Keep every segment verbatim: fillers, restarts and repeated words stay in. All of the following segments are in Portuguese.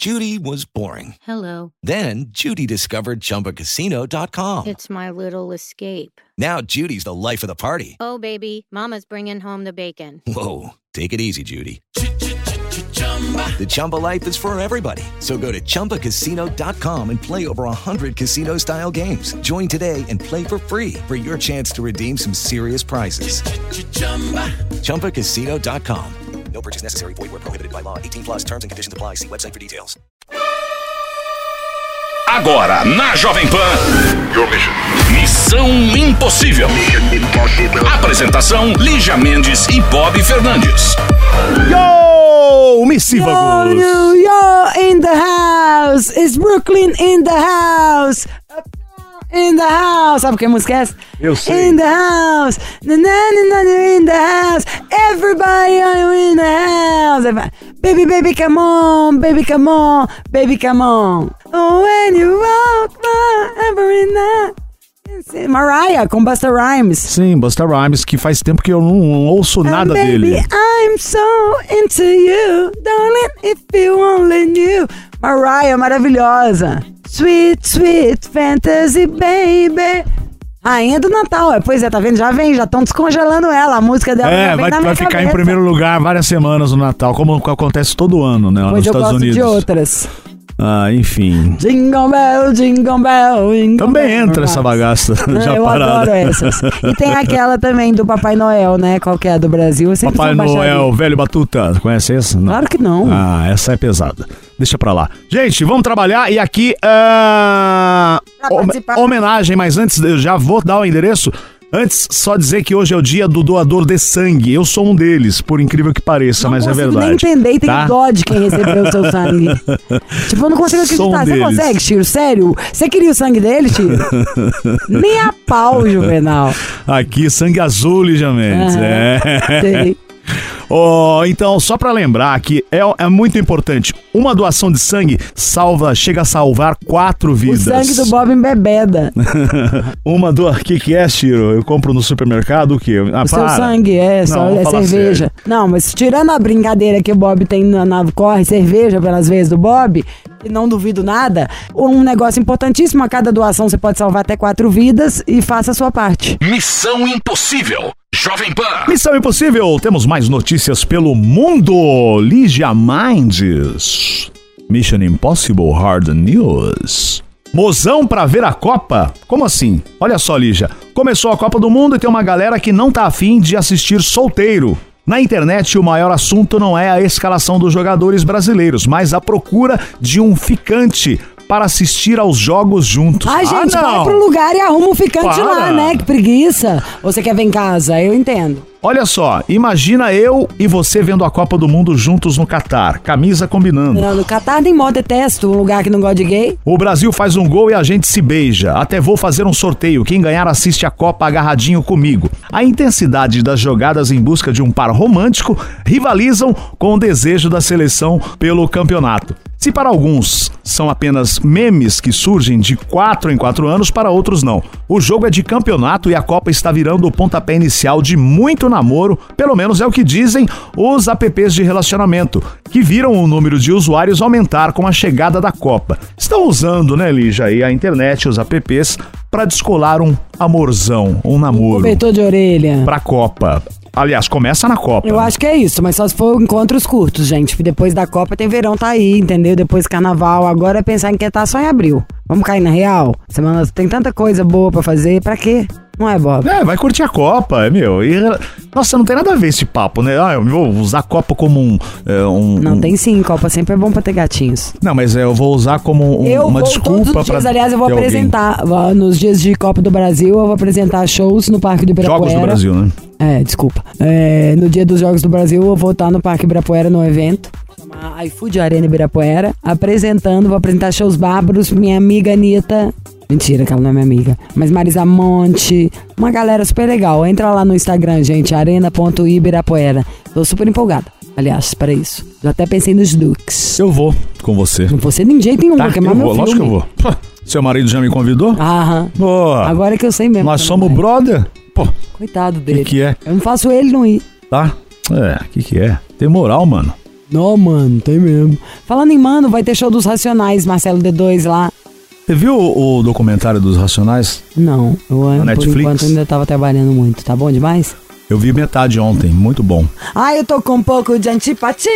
Judy was boring. Hello. Then Judy discovered Chumba Casino dot com. It's my little escape. Now Judy's the life of the party. Oh, baby, mama's bringing home the bacon. Whoa, take it easy, Judy. The Chumba life is for everybody. So go to Chumba Casino dot com and play over one hundred casino-style games. Join today and play for free for your chance to redeem some serious prizes. Chumba Casino dot com. No purchase necessary. Void where prohibited by law. eighteen plus terms and conditions apply. See website for details. Agora, na Jovem Pan. Missão Impossível. Apresentação, Lígia Mendes e Bob Fernandes. Yo, Missívagos. Yo, yo, yo, in the house. It's Brooklyn in the house. In the house. Sabe o que a música é essa? Eu sei. In the house. Na, na, na, na, in the house. Everybody in the house. Baby, baby, come on. Baby, come on. Baby, come on. Oh, when you walk by every night. Mariah, com Busta Rhymes. Sim, Busta Rhymes, que faz tempo que eu não, não ouço nada And baby, dele. I'm so into you, darling, if you only knew. Mariah, maravilhosa. Sweet, sweet fantasy, baby. Rainha do Natal, é, pois é, tá vendo? Já vem, já estão descongelando ela, a música dela É, já vem vai, na minha vai ficar cabeça. em primeiro lugar várias semanas no Natal, como acontece todo ano, né, lá Pois nos eu Estados gosto Unidos. de outras. Ah, enfim. Jingle bell, jingle bell, jingle Também bell. entra essa bagaça já Eu parada. adoro essas. E tem aquela também do Papai Noel, né? Qual que é a do Brasil? Eu sempre Papai sou baixaria. Noel, velho Batuta, conhece essa? Não. Claro que não. Ah, essa é pesada. Deixa pra lá. Gente, vamos trabalhar e aqui ah, Pra hom- participar. homenagem, mas antes eu já vou dar o endereço. Antes, só dizer que hoje é o dia do doador de sangue. Eu sou um deles, por incrível que pareça, Não mas é consigo verdade. nem entender e tenho tá? dó de quem recebeu o seu sangue. Tipo, eu não consigo Sou um acreditar. Você deles. consegue, Tiro? Sério? Você queria o sangue dele, Tiro? Nem a pau, Juvenal. Aqui, sangue azul, Lígia Mendes. Aham, É. sei. Oh, então, só pra lembrar que é, é muito importante. Uma doação de sangue salva, chega a salvar quatro O vidas. sangue do Bob embebeda. Uma do... O que que é, Ciro? Eu compro no supermercado o quê? Ah, O seu para. sangue é, só Não, é fala cerveja. sério. Não, mas tirando a brincadeira que o Bob tem na, na corre cerveja pelas vezes do Bob, e não duvido nada, um negócio importantíssimo, a cada doação você pode salvar até quatro vidas e faça a sua parte. Missão Impossível. Jovem Pan. Missão Impossível, temos mais notícias pelo mundo. Lígia Mendes. Mission Impossible Hard News. Mozão pra ver a Copa? Como assim? Olha só, Lígia. Começou a Copa do Mundo e tem uma galera que não tá afim de assistir solteiro. Na internet, o maior assunto não é a escalação dos jogadores brasileiros, mas a procura de um ficante para assistir aos jogos juntos. Ai, gente, ah, não. vai pro lugar e arruma um ficante Para. lá, né? Que preguiça. Ou você quer ver em casa? Eu entendo. Olha só, imagina eu e você vendo a Copa do Mundo juntos no Catar, camisa combinando. Não, no Catar tem mó detesto, um lugar que não gosta de gay. O Brasil faz um gol e a gente se beija. Até vou fazer um sorteio. Quem ganhar assiste a Copa agarradinho comigo. A intensidade das jogadas em busca de um par romântico rivalizam com o desejo da seleção pelo campeonato. Se para alguns são apenas memes que surgem de quatro em quatro anos, para outros não. O jogo é de campeonato e a Copa está virando o pontapé inicial de muito namoro, pelo menos é o que dizem os apps de relacionamento, que viram o número de usuários aumentar com a chegada da Copa. Estão usando, né, Lígia, aí a internet, os apps, para descolar um amorzão, um namoro Cobertor de orelha. pra Copa. Aliás, começa na Copa. Eu acho que é isso, mas só se for encontros curtos, gente. Depois da Copa tem verão, tá aí, entendeu? Depois Carnaval, agora é pensar em que tá só em abril. Vamos cair na real? Semana tem tanta coisa boa pra fazer, pra quê? Não é, Bob? É, vai curtir a Copa, é meu. E, nossa, não tem nada a ver esse papo, né? Ah, eu vou usar a Copa como um... é, um Não, um... tem sim, Copa sempre é bom pra ter gatinhos. Não, mas é, eu vou usar como um, eu uma vou desculpa todos os dias, pra aliás, eu vou ter alguém. apresentar, nos dias de Copa do Brasil, eu vou apresentar shows no Parque do Ibirapuera. Jogos do Brasil, né? É, desculpa. É, no dia dos Jogos do Brasil, eu vou estar no Parque Ibirapuera, no evento, chama iFood Arena Ibirapuera, apresentando, vou apresentar shows bárbaros, minha amiga Anitta, mentira que ela não é minha amiga, mas Marisa Monte, uma galera super legal. Entra lá no Instagram, gente, arena ponto ibirapuera. Tô super empolgada, aliás, para isso. Já até pensei nos looks. Eu vou com você. Não vou ser de jeito nenhum, Tá, porque é eu mais meu vou, filme. lógico que eu vou. Pô, seu marido já me convidou? Aham. Pô, Agora que eu sei mesmo. nós que somos não vai. brother? Pô, Coitado dele. que que é? Eu não faço ele não ir. Tá? É, o que que é? Tem moral, mano. Não, mano, tem mesmo. Falando em mano, vai ter show dos Racionais, Marcelo D dois lá. Você viu o, o documentário dos Racionais? Não, eu por Netflix? enquanto ainda tava trabalhando muito. Tá bom demais? Eu vi metade ontem, muito bom. Ai, eu tô com um pouco de antipatia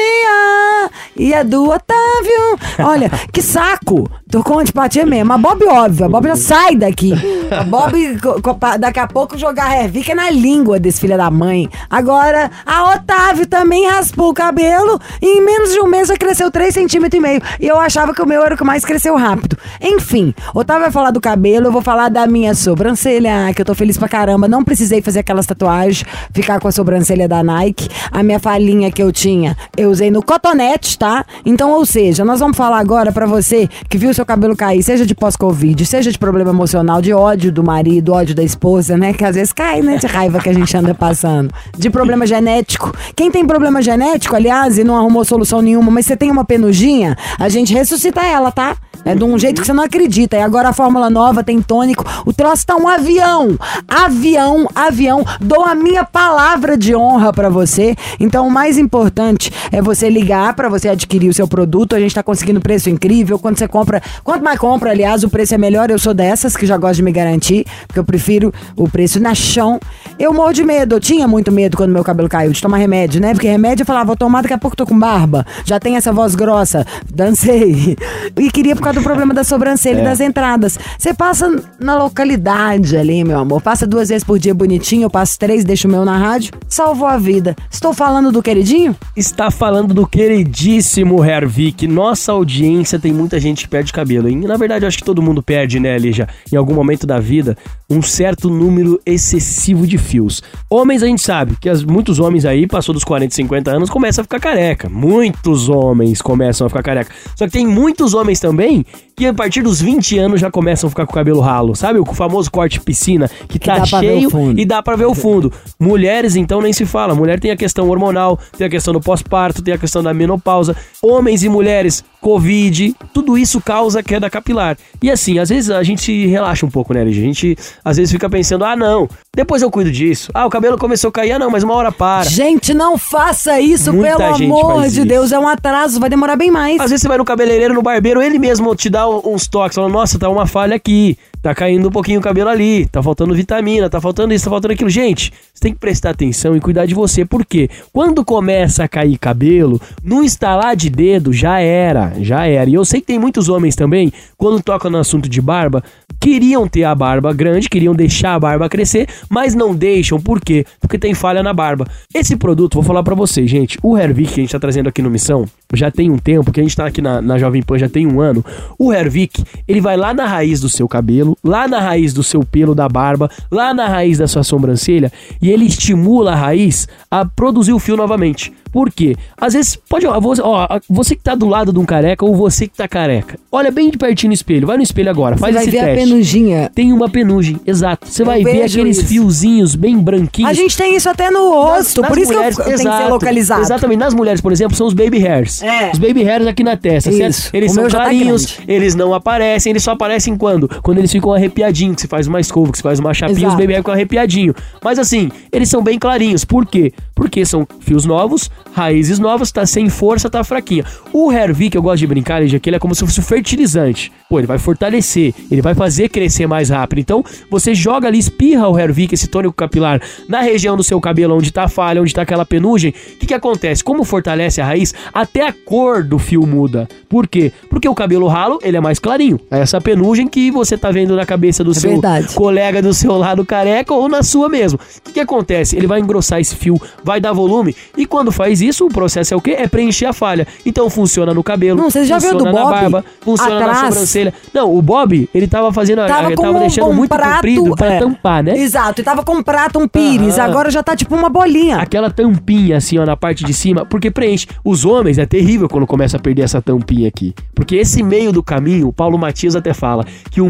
e é do Otávio. Olha, que saco. Tô com antipatia mesmo. A Bob, óbvio, a Bob já sai daqui. A Bob, daqui a pouco, jogar Hervica na língua desse filho da mãe. Agora, a Otávio também raspou o cabelo e em menos de um mês já cresceu três centímetros e meio. E eu achava que o meu era o que mais cresceu rápido. Enfim, Otávio vai falar do cabelo, eu vou falar da minha sobrancelha, que eu tô feliz pra caramba. Não precisei fazer aquelas tatuagens, ficar com a sobrancelha da Nike. A minha falinha que eu tinha, eu usei no cotonete, tá? Então, ou seja, nós vamos falar agora pra você que viu seu cabelo cair, seja de pós-Covid, seja de problema emocional, de ódio do marido, ódio da esposa, né? Que às vezes cai, né? De raiva que a gente anda passando. De problema genético. Quem tem problema genético, aliás, e não arrumou solução nenhuma, mas você tem uma penugem, a gente ressuscita ela, tá? É de um jeito que você não acredita. E agora a fórmula nova tem tônico. O troço tá um avião. Avião, avião. Dou a minha palavra de honra pra você. Então o mais importante é você ligar pra você adquirir o seu produto. A gente tá conseguindo preço incrível. Quando você compra, quanto mais compra, aliás, o preço é melhor. Eu sou dessas que já gosto de me garantir, porque eu prefiro o preço na chão. Eu morro de medo. Eu tinha muito medo quando meu cabelo caiu de tomar remédio, né? Porque remédio eu falava, vou tomar, daqui a pouco tô com barba. Já tem essa voz grossa. Dancei. E queria por causa do problema da sobrancelha é. e das entradas. Você passa na localidade ali, meu amor. Passa duas vezes por dia bonitinho, eu passo três, deixo o meu na rádio. Salvou a vida. Estou falando do queridinho? Está falando do queridíssimo Hervik. Nossa audiência tem muita gente que perde cabelo, hein? Na verdade, eu acho que todo mundo perde, né, Lígia? Em algum momento da vida, um certo número excessivo de fios. Homens, a gente sabe que as, muitos homens aí, passou dos quarenta, cinquenta anos, começam a ficar careca. Muitos homens começam a ficar careca. Só que tem muitos homens também que a partir dos vinte anos já começam a ficar com o cabelo ralo, sabe? O famoso corte piscina, que, que tá cheio e dá pra ver o fundo. Mulheres, então, nem se fala. Mulher tem a questão hormonal, tem a questão do pós-parto, tem a questão da menopausa. Homens e mulheres, Covid, tudo isso causa queda capilar. E assim, às vezes a gente se relaxa um pouco, né, Lígia? A gente, às vezes, fica pensando, ah, não, depois eu cuido disso. Ah, o cabelo começou a cair, ah, não, mas uma hora para. Gente, não faça isso, Muita pelo amor de isso. Deus. É um atraso, vai demorar bem mais. Às vezes você vai no cabeleireiro, no barbeiro, ele mesmo te dá uns toques, falando, nossa, tá uma falha aqui, tá caindo um pouquinho o cabelo ali, tá faltando vitamina, tá faltando isso, tá faltando aquilo. Gente, você tem que prestar atenção e cuidar de você, porque quando começa a cair cabelo, no estalar de dedo, já era, já era. E eu sei que tem muitos homens também, quando tocam no assunto de barba, queriam ter a barba grande, queriam deixar a barba crescer, mas não deixam, por quê? Porque tem falha na barba. Esse produto, vou falar pra vocês, gente, o Hervik que a gente tá trazendo aqui no Missão, já tem um tempo, que a gente tá aqui na, na Jovem Pan já tem um ano. O Hervik, ele vai lá na raiz do seu cabelo, lá na raiz do seu pelo da barba, lá na raiz da sua sobrancelha, e ele estimula a raiz a produzir o fio novamente. Por quê? Às vezes, pode, ó, você, ó, você que tá do lado de um careca ou você que tá careca, olha bem de pertinho no espelho, vai no espelho agora, faz esse teste. Você vai ver a penugem. Tem uma penugem, exato. Você vai ver aqueles isso. fiozinhos bem branquinhos. A gente tem isso até no rosto, nas, nas por isso mulheres, que eu, tem que ser localizado. Exatamente, nas mulheres, por exemplo, são os baby hairs. É. Os baby hairs aqui na testa, isso. certo? Eles o são clarinhos, tá eles não aparecem, eles só aparecem quando? Quando eles ficam arrepiadinhos, que você faz uma escova, que você faz uma chapinha, exato. Os baby hairs ficam arrepiadinhos. Mas assim, eles são bem clarinhos. Por quê? Porque são fios novos, raízes novas, tá sem força, tá fraquinha. O Hervik, eu gosto de brincar, Lígia, que ele é como se fosse um fertilizante. Pô, ele vai fortalecer, ele vai fazer crescer mais rápido. Então, você joga ali, espirra o Hervik, esse tônico capilar, na região do seu cabelo, onde tá a falha, onde tá aquela penugem. O que que acontece? Como fortalece a raiz, até a cor do fio muda. Por quê? Porque o cabelo ralo, ele é mais clarinho. É essa penugem que você tá vendo na cabeça do é seu verdade. colega do seu lado careca ou na sua mesmo. O que que acontece? Ele vai engrossar esse fio, vai dar volume, e quando faz isso, o processo é o quê? É preencher a falha. Então funciona no cabelo, não, você já funciona viu do na Bob? barba, funciona Atrás. na sobrancelha. Não, o Bob, ele tava fazendo, tava ele com tava um, deixando um muito prato, comprido pra é. tampar, né? Exato, e tava com um prato, um pires, ah, agora já tá tipo uma bolinha. Aquela tampinha assim, ó, na parte de cima, porque preenche. Os homens, é terrível quando começa a perder essa tampinha aqui. Porque esse meio do caminho, o Paulo Matias até fala, que o meio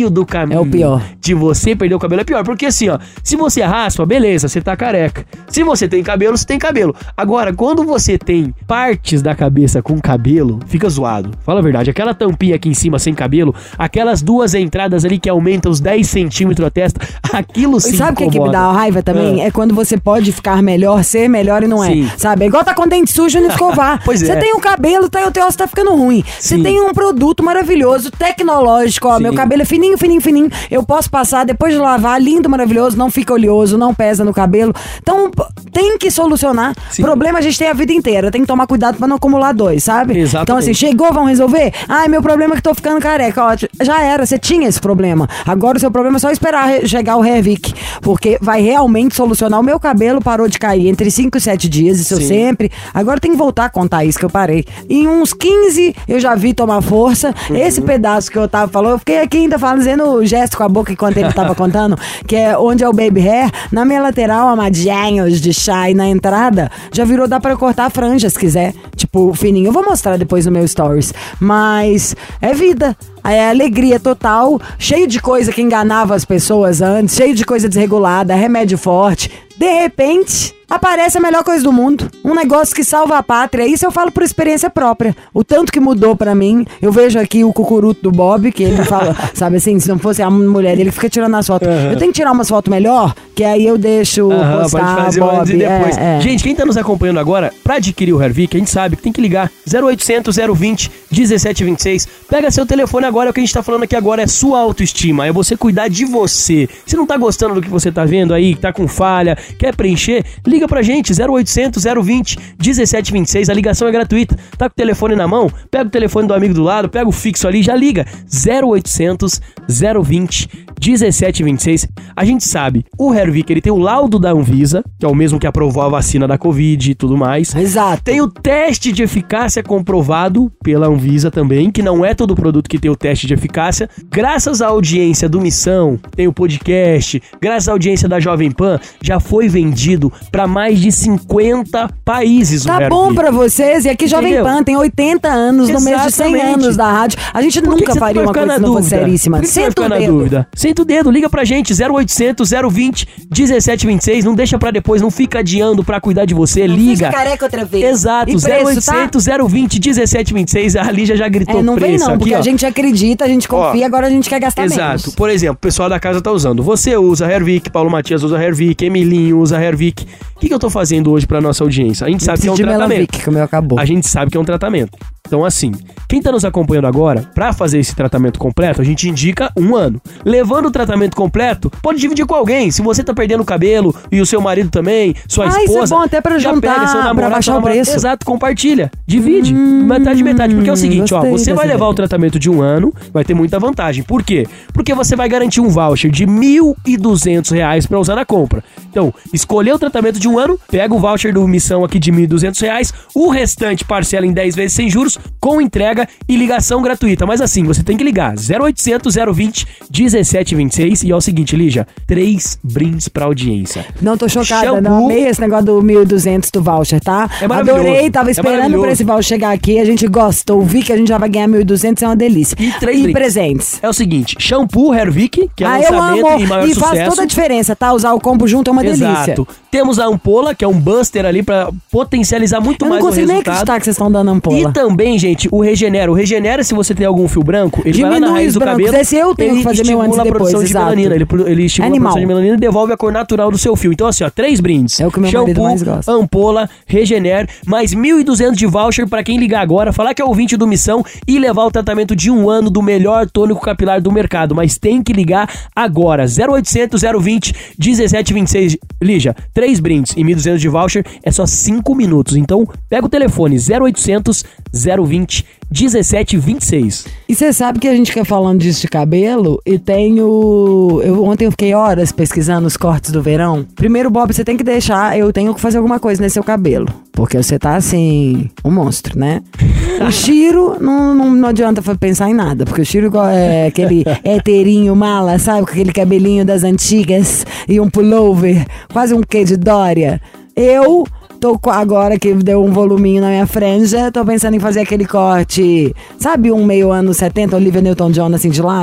meio do caminho É o pior. de você perder o cabelo é pior. Porque assim, ó, se você raspa, beleza, você tá careca. Se você tem cabelo, você tem cabelo. Agora, quando você tem partes da cabeça com cabelo, fica zoado. Fala a verdade, aquela tampinha aqui em cima sem cabelo, aquelas duas entradas ali que aumentam os dez centímetros a testa, aquilo sim E sabe o que, que me dá raiva também? Ah. É quando você pode ficar melhor, ser melhor e não Sim. é. Sabe? É igual tá com dente sujo e não escovar. Pois Você é. tem um cabelo, tá, o teu osso tá ficando ruim. Você Sim. tem um produto maravilhoso, tecnológico, ó. Sim. Meu cabelo é fininho, fininho, fininho. Eu posso passar depois de lavar, lindo, maravilhoso, não fica oleoso, não pesa no cabelo. Então, p- tem que solucionar. Sim. Problema a gente tem a vida inteira. Tem que tomar cuidado pra não acumular dois, sabe? Exatamente. Então, assim, chegou, vão resolver? Ai, meu problema é que tô ficando careca. Ó, já era, você tinha esse problema. Agora o seu problema é só esperar re- chegar o Hervik, porque vai realmente solucionar. O meu cabelo parou de cair entre cinco e sete dias, isso eu Sim. sempre. Agora tem que voltar a contar isso que eu parei. Em uns quinze eu já vi tomar força. Uhum. Esse pedaço que o Otávio falou, eu fiquei aqui ainda fazendo o gesto com a boca enquanto ele tava contando, que é onde é o baby hair. Na minha lateral, amadinhos de chá e na entrada, já virou, dá pra cortar a franja se quiser. Tipo, fininho. Eu vou mostrar depois no meu stories. Mas é vida. É alegria total, cheio de coisa que enganava as pessoas antes, cheio de coisa desregulada, remédio forte. De repente, aparece a melhor coisa do mundo. Um negócio que salva a pátria. Isso eu falo por experiência própria. O tanto que mudou pra mim. Eu vejo aqui o cucuruto do Bob, que ele fala, sabe assim, se não fosse a mulher, ele fica tirando as fotos. Uhum. Eu tenho que tirar umas fotos melhor, que aí eu deixo Aham, postar, pode fazer o Bob. antes e depois. É, é. Gente, quem tá nos acompanhando agora, pra adquirir o Hervik, a gente sabe que tem que ligar zero oitocentos, zero vinte, dezessete vinte e seis. Pega seu telefone agora, é o que a gente tá falando aqui agora, é sua autoestima, é você cuidar de você. Se não tá gostando do que você tá vendo aí, que tá com falha, quer preencher, liga pra gente, zero oitocentos, zero vinte, dezessete vinte e seis, a ligação é gratuita. Tá com o telefone na mão? Pega o telefone do amigo do lado, pega o fixo ali, já liga. zero oitocentos, zero vinte, dezessete vinte e seis. A gente sabe, o Hervik, ele tem o laudo da Anvisa, que é o mesmo que aprovou a vacina da Covid e tudo mais. Exato. Tem o teste de eficácia comprovado pela Anvisa também, que não é todo produto que tem o teste de eficácia. Graças à audiência do Missão, tem o podcast, graças à audiência da Jovem Pan, já foi vendido para mais de cinquenta países. Tá o bom Hervik. pra vocês. E aqui Jovem Entendeu? Pan tem oitenta anos no mês de cem Exatamente. anos da rádio. A gente Por que nunca que você faria vai uma ficar coisa na se não fosse dúvida? seríssima. Por que você vai Senta o ficar na dedo. dúvida? Senta o dedo, liga pra gente, zero oitocentos, zero vinte, dezessete vinte e seis, não deixa pra depois, não fica adiando pra cuidar de você, Não liga. fica careca outra vez. Exato, E zero preço, tá? oitocentos, zero vinte, dezessete vinte e seis, a Lígia já gritou É, não vem preço não, aqui, porque ó. a gente acredita, a gente confia, Ó, agora a gente quer gastar Exato. menos. Por exemplo, o pessoal da casa tá usando. Você usa Hervik, Paulo Matias usa Hervik, Emilinho usa Hervik. O que, que eu tô fazendo hoje pra nossa audiência? A gente sabe que é um de tratamento. Melanvic, que o meu acabou. A gente sabe que é um tratamento. Então, assim, quem tá nos acompanhando agora, pra fazer esse tratamento completo, a gente indica um ano. Levando o tratamento completo, pode dividir com alguém. Se você tá perdendo o cabelo e o seu marido também, sua Ah, isso é esposa. bom até pra já juntar, pega seu pra namorado, baixar sua o namorada. preço. Exato, compartilha. Divide. metade, metade. Porque é o seguinte, ó, gostei você vai dessa levar o ideia. tratamento de um ano, vai ter muita vantagem. Por quê? Porque você vai garantir um voucher de mil e duzentos reais pra usar na compra. Então, escolher o tratamento de um ano, pega o voucher do Missão aqui de mil e duzentos reais, o restante parcela em dez vezes sem juros, com entrega e ligação gratuita. Mas assim, você tem que ligar zero oitocentos, zero vinte, dezessete vinte e seis. E é o seguinte, Lígia, três brindes pra audiência. Não tô chocada, Shampoo. não amei esse negócio do mil e duzentos do voucher, tá? É maravilhoso. Adorei, tava É esperando maravilhoso. pra esse voucher chegar aqui, a gente gostou, vi que a gente já vai ganhar mil e duzentos, é uma delícia. E três E brindes. presentes. É o seguinte, shampoo Hervik, que é Ah, eu lançamento amo, e maior e sucesso. faz toda a diferença, tá? Usar o combo junto é uma delícia. Exato. Temos a ampola, que é um buster ali pra potencializar muito Eu não mais o consigo nem resultado. acreditar que vocês estão dando ampola. E também, gente, o Regenera. O Regenera, se você tem algum fio branco, ele vai lá na Diminui raiz os do brancos. cabelo. Esse eu tenho ele que fazer meu estimula antes e a produção depois, de exato. melanina. Ele, pro- ele estimula Animal. a produção de melanina e devolve a cor natural do seu fio. Então, assim, ó, três brindes. É o que meu Shampoo, marido mais gosta. ampola, Regenera, mais mil e duzentos de voucher pra quem ligar agora, falar que é ouvinte do Missão e levar o tratamento de um ano do melhor tônico capilar do mercado. Mas tem que ligar agora. zero oitocentos, zero vinte, dezessete vinte e seis. Lígia, três brindes e mil e duzentos de voucher é só cinco minutos. Então, pega o telefone zero oitocentos, zero vinte, dezessete vinte e seis. E você sabe que a gente quer falando disso de cabelo e tenho... Eu, ontem eu fiquei horas pesquisando os cortes do verão. Primeiro, Bob, você tem que deixar... Eu tenho que fazer alguma coisa nesse seu cabelo. Porque você tá, assim... Um monstro, né? O Chiro, não, não, não adianta pensar em nada. Porque o Chiro é aquele heterinho mala, sabe? Com aquele cabelinho das antigas e um pullover. Quase um quê de Dória. Eu... Tô com- agora que deu um voluminho na minha franja, tô pensando em fazer aquele corte, sabe, um meio anos setenta, Olivia Newton-John assim de lado?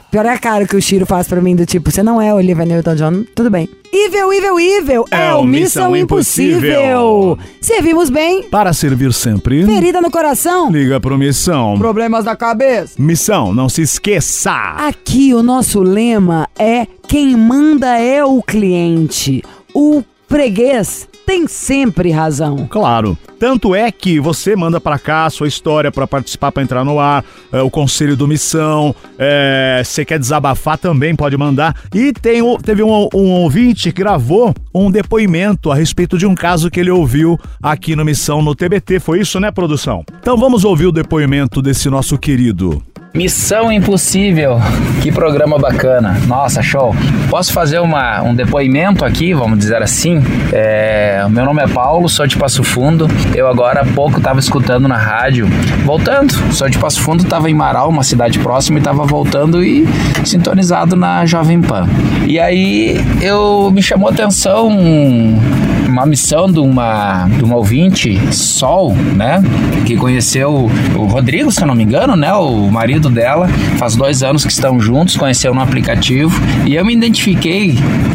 Pior é a cara que o Chiro faz pra mim, do tipo, você não é Olivia Newton-John, tudo bem. Evil, evil, evil, é, é o Missão, Missão Impossível. Impossível. Servimos bem. Para servir sempre. Ferida no coração. Liga pro Missão. Problemas na cabeça. Missão, não se esqueça. Aqui o nosso lema é quem manda é o cliente. O freguês tem sempre razão. Claro. Tanto é que você manda pra cá a sua história pra participar, pra entrar no ar, é, o conselho do Missão, é, você quer desabafar também, pode mandar. E tem, teve um, um ouvinte que gravou um depoimento a respeito de um caso que ele ouviu aqui no Missão, no T B T. Foi isso, né, produção? Então vamos ouvir o depoimento desse nosso querido... Missão Impossível, que programa bacana, nossa, show. Posso fazer uma, um depoimento aqui, vamos dizer assim? É, meu nome é Paulo, sou de Passo Fundo. Eu agora há pouco estava escutando na rádio, voltando, sou de Passo Fundo, estava em Marau, uma cidade próxima, e estava voltando e sintonizado na Jovem Pan. E aí eu me chamou a atenção uma missão de uma, de uma ouvinte, Sol, né? Que conheceu o Rodrigo, se eu não me engano, né? O marido dela, faz dois anos que estão juntos, conheceu no aplicativo, e eu me identifiquei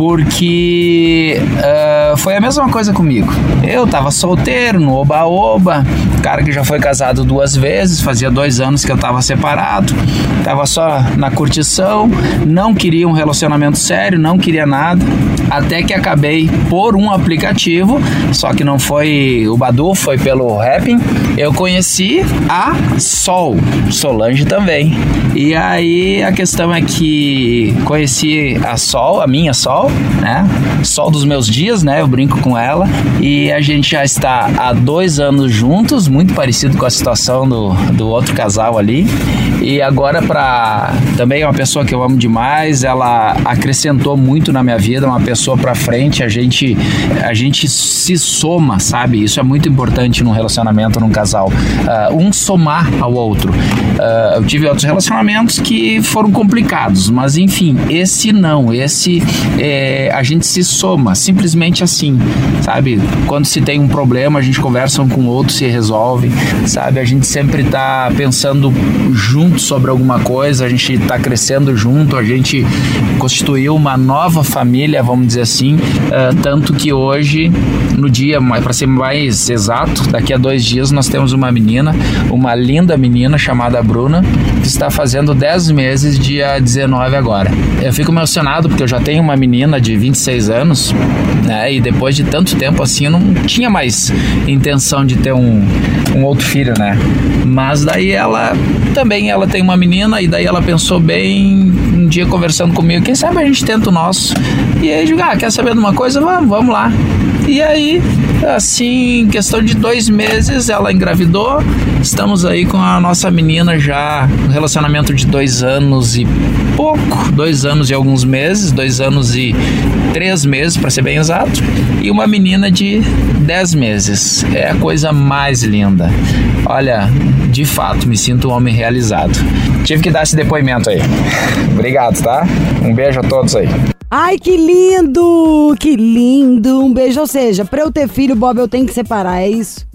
porque uh, foi a mesma coisa comigo. Eu tava solteiro, no oba-oba, cara que já foi casado duas vezes, fazia dois anos que eu tava separado, tava só na curtição, não queria um relacionamento sério, não queria nada, até que acabei por um aplicativo, só que não foi o Badu, foi pelo Happn, eu conheci a Sol, Solange também. E aí a questão é que conheci a Sol, a minha Sol, né? Sol dos meus dias, né? Eu brinco com ela. E a gente já está há dois anos juntos, muito parecido com a situação do, do outro casal ali. E agora pra... também é uma pessoa que eu amo demais, ela acrescentou muito na minha vida, uma pessoa pra frente, a gente, a gente se soma, sabe? Isso é muito importante num relacionamento, num casal. Uh, um somar ao outro. Uh, eu tive outros relacionamentos que foram complicados, mas enfim, esse não, esse é, a gente se soma, simplesmente assim, sabe? Quando se tem um problema, a gente conversa um com o outro, se resolve, sabe? A gente sempre tá pensando junto sobre alguma coisa, a gente tá crescendo junto, a gente constituiu uma nova família, vamos dizer assim, uh, tanto que hoje, no dia, para ser mais exato, daqui a dois dias nós temos uma menina, uma linda menina chamada Bruna, que está fazendo dez meses, dia dezenove agora. Eu fico emocionado porque eu já tenho uma menina de vinte e seis anos, né? E depois de tanto tempo assim, eu não tinha mais intenção de ter um, um outro filho, né? Mas daí ela, também ela tem uma menina, e daí ela pensou bem, um dia conversando comigo, quem sabe a gente tenta o nosso. E aí eu digo, ah, quer saber de uma coisa? Vamos, vamos lá. E aí, assim, em questão de dois meses, ela engravidou. Estamos aí com a nossa menina já, um relacionamento de dois anos e pouco, dois anos e alguns meses, dois anos e três meses, para ser bem exato, e uma menina de dez meses. É a coisa mais linda. Olha, de fato, me sinto um homem realizado. Tive que dar esse depoimento aí. Obrigado, tá? Um beijo a todos aí. Ai, que lindo! Que lindo! Um beijo. Ou seja, pra eu ter filho, Bob, eu tenho que separar, é isso?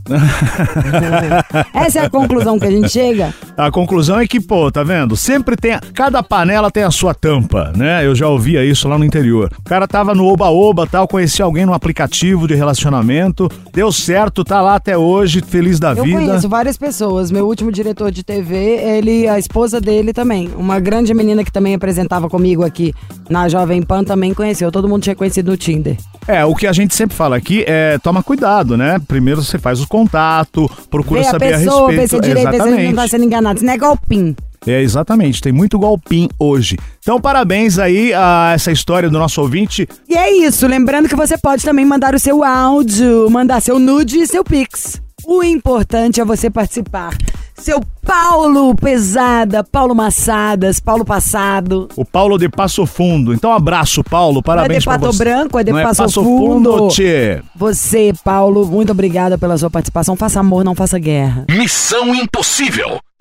Essa é a conclusão que a gente chega? A conclusão é que, pô, tá vendo? Sempre tem... A, cada panela tem a sua tampa, né? Eu já ouvia isso lá no interior. O cara tava no oba-oba, tal, conhecia alguém no aplicativo de relacionamento, deu certo, tá lá até hoje, feliz da eu vida. Eu conheço várias pessoas. Meu último diretor de T V, ele, a esposa dele também. Uma grande menina que também apresentava comigo aqui na Jovem Pan também conheceu. Todo mundo tinha conhecido no Tinder. É, o que a gente sempre fala aqui é toma cuidado, né? Primeiro você faz o contato, procura vê saber a, pessoa, a respeito. Vê se é direito, exatamente. Vê se ele não tá sendo enganado. Isso não é golpinho. É, exatamente. Tem muito golpinho hoje. Então, parabéns aí a essa história do nosso ouvinte. E é isso. Lembrando que você pode também mandar o seu áudio, mandar seu nude e seu pix. O importante é você participar. Seu Paulo Pesada, Paulo Massadas, Paulo Passado. O Paulo de Passo Fundo. Então, abraço, Paulo. Parabéns pra você. Não é de Pato Branco, é de não Passo, é Passo Fundo. Fundo, tchê. Você, Paulo, muito obrigada pela sua participação. Faça amor, não faça guerra. Missão Impossível.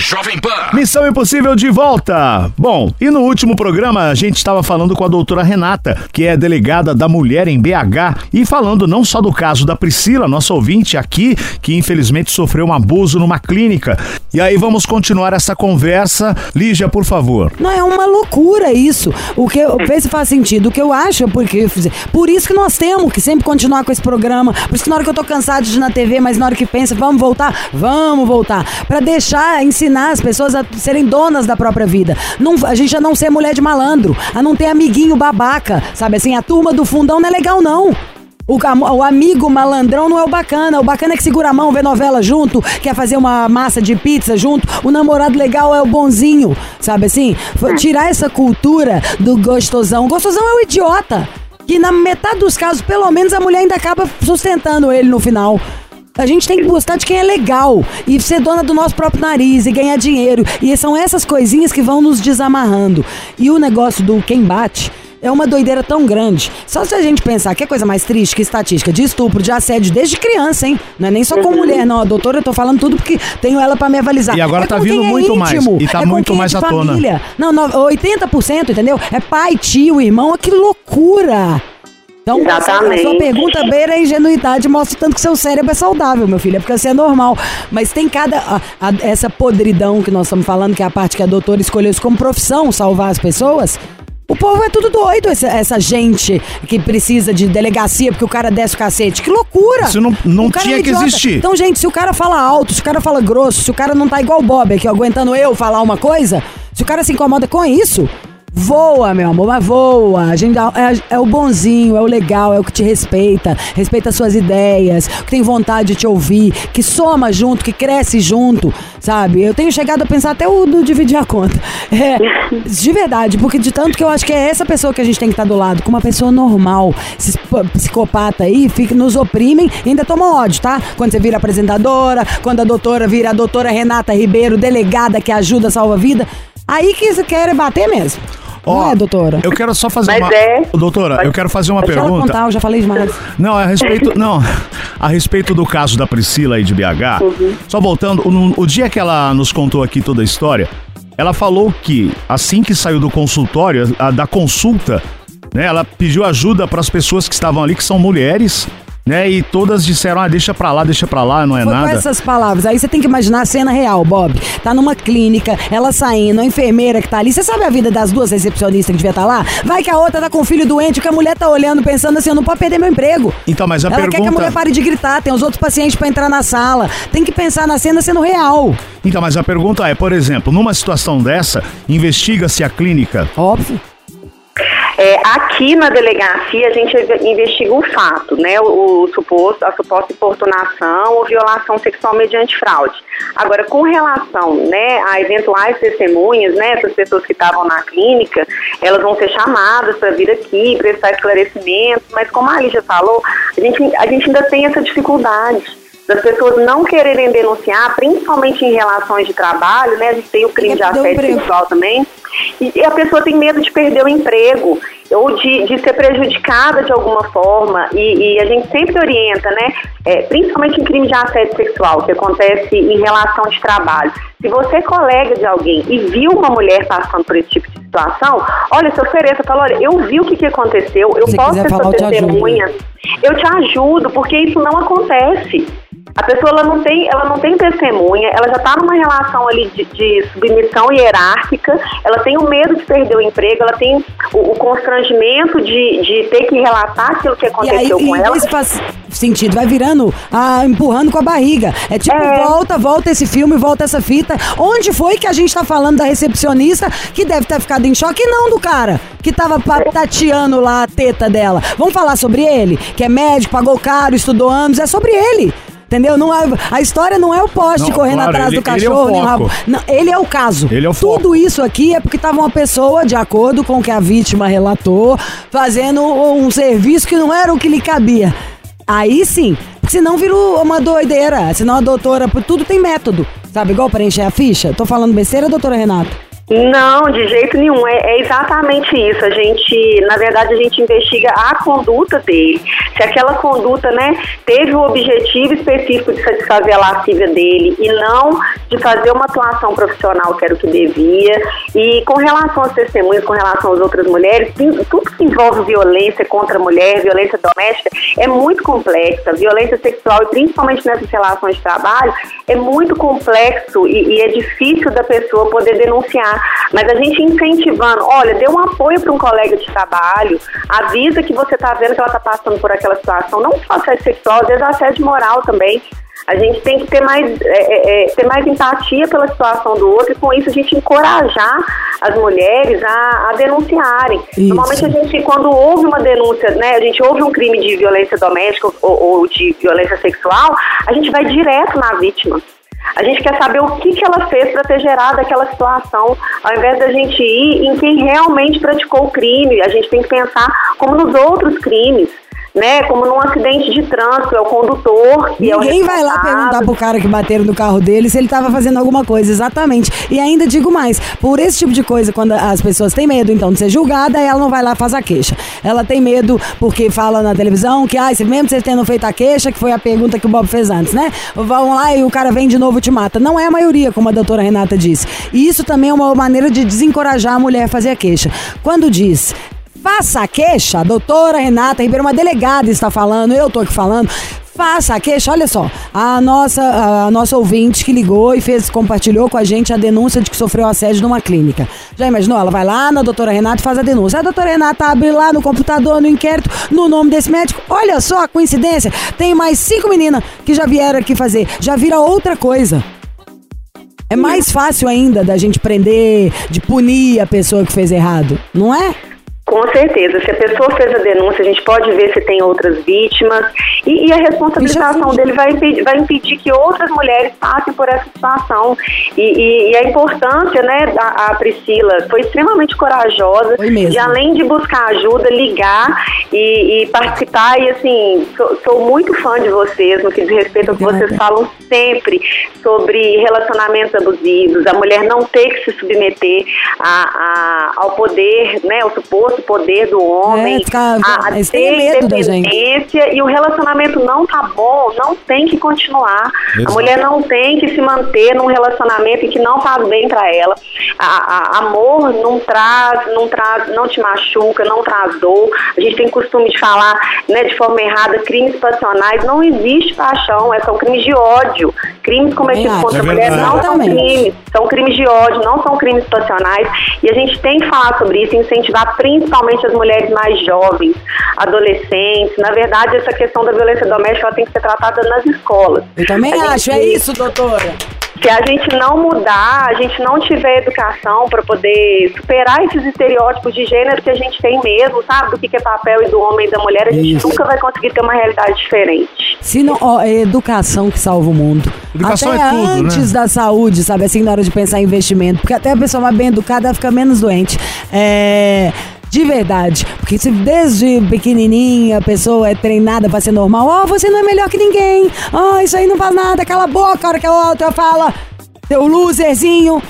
Jovem Pan. Missão Impossível de volta. Bom, e no último programa a gente estava falando com a doutora Renata, que é delegada da mulher em B H, e falando não só do caso da Priscila, nossa ouvinte aqui, que infelizmente sofreu um abuso numa clínica. E aí vamos continuar essa conversa. Lígia, por favor. Não, é uma loucura isso. O que eu ver se faz sentido. O que eu acho é porque por isso que nós temos que sempre continuar com esse programa. Por isso que na hora que eu tô cansado de ir na T V, mas na hora que pensa, vamos voltar, vamos voltar. Pra deixar, ensinar as pessoas a serem donas da própria vida. Não, a gente já não ser mulher de malandro, a não ter amiguinho babaca, sabe assim? A turma do fundão não é legal, não. O, o amigo malandrão não é o bacana. O bacana é que segura a mão, vê novela junto, quer fazer uma massa de pizza junto. O namorado legal é o bonzinho, sabe assim? Tirar essa cultura do gostosão. O gostosão é o idiota, que na metade dos casos, pelo menos, a mulher ainda acaba sustentando ele no final. A gente tem que gostar de quem é legal e ser dona do nosso próprio nariz e ganhar dinheiro. E são essas coisinhas que vão nos desamarrando. E o negócio do quem bate é uma doideira tão grande. Só se a gente pensar que é coisa mais triste que estatística de estupro, de assédio desde criança, hein? Não é nem só com mulher, não. A doutora, eu tô falando tudo porque tenho ela pra me avalizar. E agora é tá vindo muito é mais. íntimo, E tá é muito mais é à tona. Família. Não, no, oitenta por cento, entendeu? É pai, tio, irmão. Que loucura! Então, Exatamente. a sua pergunta beira a ingenuidade, mostra tanto que seu cérebro é saudável, meu filho, é porque você é normal. Mas tem cada... A, a, essa podridão que nós estamos falando, que é a parte que a doutora escolheu isso como profissão, salvar as pessoas... O povo é tudo doido, essa, essa gente que precisa de delegacia porque o cara desce o cacete. Que loucura! Isso não, não tinha é que existir. Então, gente, se o cara fala alto, se o cara fala grosso, se o cara não tá igual o Bob aqui, aguentando eu falar uma coisa, se o cara se incomoda com isso... Voa, meu amor, mas voa. A gente é, é o bonzinho, é o legal, é o que te respeita, respeita as suas ideias, que tem vontade de te ouvir, que soma junto, que cresce junto, sabe? Eu tenho chegado a pensar até o do dividir a conta. É, de verdade, porque de tanto que eu acho que é essa pessoa que a gente tem que estar do lado, com uma pessoa normal. Esses psicopata aí fica, nos oprimem e ainda tomam ódio, tá? Quando você vira apresentadora, quando a doutora vira a doutora Renata Ribeiro, delegada que ajuda, salva a vida. Aí que você quer bater mesmo. Ó, não é, doutora? Eu quero só fazer Mas uma... é. Doutora, eu quero fazer uma Deixa pergunta. ela contar, eu já falei demais. Não, a respeito, não, a respeito do caso da Priscila aí de B H, Uhum. só voltando, no, o dia que ela nos contou aqui toda a história, ela falou que assim que saiu do consultório, a, da consulta, né, ela pediu ajuda para as pessoas que estavam ali, que são mulheres, né, e todas disseram, ah, deixa pra lá, deixa pra lá, não é Foi nada. com essas palavras. Aí você tem que imaginar a cena real, Bob. Tá numa clínica, ela saindo, a enfermeira que tá ali. Você sabe a vida das duas recepcionistas que devia estar lá? Vai que a outra tá com um filho doente, que a mulher tá olhando, pensando assim, eu não posso perder meu emprego. Então, mas a ela pergunta... quer que a mulher pare de gritar, tem os outros pacientes pra entrar na sala. Tem que pensar na cena sendo real. Então, mas a pergunta é, por exemplo, numa situação dessa, investiga-se a clínica? Óbvio. É, aqui na delegacia a gente investiga o fato, né, o, o suposto, a suposta importunação ou violação sexual mediante fraude. Agora, com relação, né, a eventuais testemunhas, né, essas pessoas que estavam na clínica, elas vão ser chamadas para vir aqui, prestar esclarecimentos, mas como a Lígia falou, a gente, a gente ainda tem essa dificuldade das pessoas não quererem denunciar, principalmente em relações de trabalho, né, a gente tem o crime de assédio sexual também, e a pessoa tem medo de perder o emprego ou de, de ser prejudicada de alguma forma, e, e a gente sempre orienta, né, é, principalmente em crime de assédio sexual, que acontece em relação de trabalho. Se você é colega de alguém e viu uma mulher passando por esse tipo de situação, olha, se ofereça, fala, olha, eu vi o que, que aconteceu, eu Se posso quiser ser falar, sua eu te testemunha, eu te ajudo, porque isso não acontece. A pessoa ela não tem, ela não tem testemunha, ela já está numa relação ali de, de submissão hierárquica, ela tem o medo de perder o emprego, ela tem o, o constrangimento de, de ter que relatar aquilo que aconteceu e aí, com e ela. Isso faz sentido, vai virando, ah, empurrando com a barriga. É tipo, É. volta, volta esse filme, volta essa fita. Onde foi que a gente tá falando da recepcionista que deve ter ficado em choque? E não do cara que tava tateando lá a teta dela. Vamos falar sobre ele? Que é médico, pagou caro, estudou anos, é sobre ele. Entendeu? Não é, a história não é o poste Não, correndo claro, atrás ele- do ele é o cachorro, nem o foco. rabo. Não, ele é o caso. Ele é o Tudo foco. isso aqui é porque tava uma pessoa, de acordo com o que a vítima relatou, fazendo um serviço que não era o que lhe cabia. Aí sim, senão virou uma doideira. Senão a doutora, tudo tem método. Sabe, igual para encher a ficha? Tô falando besteira, doutora Renata? Não, de jeito nenhum, é, é exatamente isso. A gente, na verdade, a gente investiga a conduta dele. Se aquela conduta, né, teve o objetivo específico de satisfazer a lascívia dele e não de fazer uma atuação profissional que era o que devia. E com relação às testemunhas, com relação às outras mulheres, tudo que envolve violência contra a mulher, violência doméstica, é muito complexa. Violência sexual, e principalmente nessas relações de trabalho, é muito complexo e, e é difícil da pessoa poder denunciar. Mas a gente incentivando, olha, dê um apoio para um colega de trabalho, avisa que você está vendo que ela está passando por aquela situação, não só assédio sexual, às vezes assédio moral também. A gente tem que ter mais, é, é, ter mais empatia pela situação do outro e com isso a gente encorajar as mulheres a, a denunciarem. Isso. Normalmente a gente, quando houve uma denúncia, né, a gente houve um crime de violência doméstica ou, ou de violência sexual, a gente vai direto na vítima. A gente quer saber o que, que ela fez para ter gerado aquela situação, ao invés da gente ir em quem realmente praticou o crime. A gente tem que pensar como nos outros crimes, né? Como num acidente de trânsito, é o condutor que Ninguém é o vai lá perguntar pro cara que bateram no carro dele se ele tava fazendo alguma coisa, exatamente. E ainda digo mais, por esse tipo de coisa, quando as pessoas têm medo, então, de ser julgada, ela não vai lá e faz a queixa. Ela tem medo porque fala na televisão que, ah, mesmo você tendo feito a queixa, que foi a pergunta que o Bob fez antes, né? Vão lá e o cara vem de novo e te mata. Não é a maioria, como a doutora Renata disse. E isso também é uma maneira de desencorajar a mulher a fazer a queixa. Quando diz... faça a queixa, a doutora Renata Ribeiro, uma delegada está falando, eu tô aqui falando, faça a queixa, olha só, a nossa, a nossa ouvinte que ligou e fez, compartilhou com a gente a denúncia de que sofreu assédio numa clínica. Já imaginou? Ela vai lá na doutora Renata e faz a denúncia. A doutora Renata abre lá no computador, no inquérito, no nome desse médico, olha só a coincidência, tem mais cinco meninas que já vieram aqui fazer, já vira outra coisa. É mais fácil ainda da gente prender, de punir a pessoa que fez errado, não é? Com certeza, se a pessoa fez a denúncia, a gente pode ver se tem outras vítimas e, e a responsabilização dele vai impedir, vai impedir que outras mulheres passem por essa situação. E, e, e a importância, né, a, a Priscila foi extremamente corajosa de, além de buscar ajuda, ligar e, e participar. E assim, sou, sou muito fã de vocês no que diz respeito ao que vocês falam sempre sobre relacionamentos abusivos, a mulher não ter que se submeter a, a, ao poder, né, ao suposto poder do homem, é, ficar, a, a ter medo independência, e o relacionamento não tá bom, não tem que continuar. Exato. A mulher não tem que se manter num relacionamento que não faz bem para ela. A, a, amor não traz, não traz, não te machuca, não traz dor. A gente tem costume de falar, né, de forma errada, crimes passionais. Não existe paixão, é, são crimes de ódio. Crimes cometidos é, contra é a mulher não são crimes, são crimes de ódio, não são crimes passionais. E a gente tem que falar sobre isso, incentivar principalmente principalmente as mulheres mais jovens, adolescentes. Na verdade, essa questão da violência doméstica ela tem que ser tratada nas escolas. Eu também a acho, gente, é isso, doutora. Se a gente não mudar, a gente não tiver educação para poder superar esses estereótipos de gênero que a gente tem mesmo, sabe? Do que é papel e do homem e da mulher, a gente isso. nunca vai conseguir ter uma realidade diferente. Se não, ó, é educação que salva o mundo. Educação até é tudo, antes né? da saúde, sabe? Assim, na hora de pensar em investimento. Porque até a pessoa mais bem educada ela fica menos doente. É... De verdade, porque se desde pequenininha a pessoa é treinada pra ser normal, ó, oh, você não é melhor que ninguém, ó, oh, isso aí não faz nada, cala a boca, a hora que a outra fala, seu loserzinho.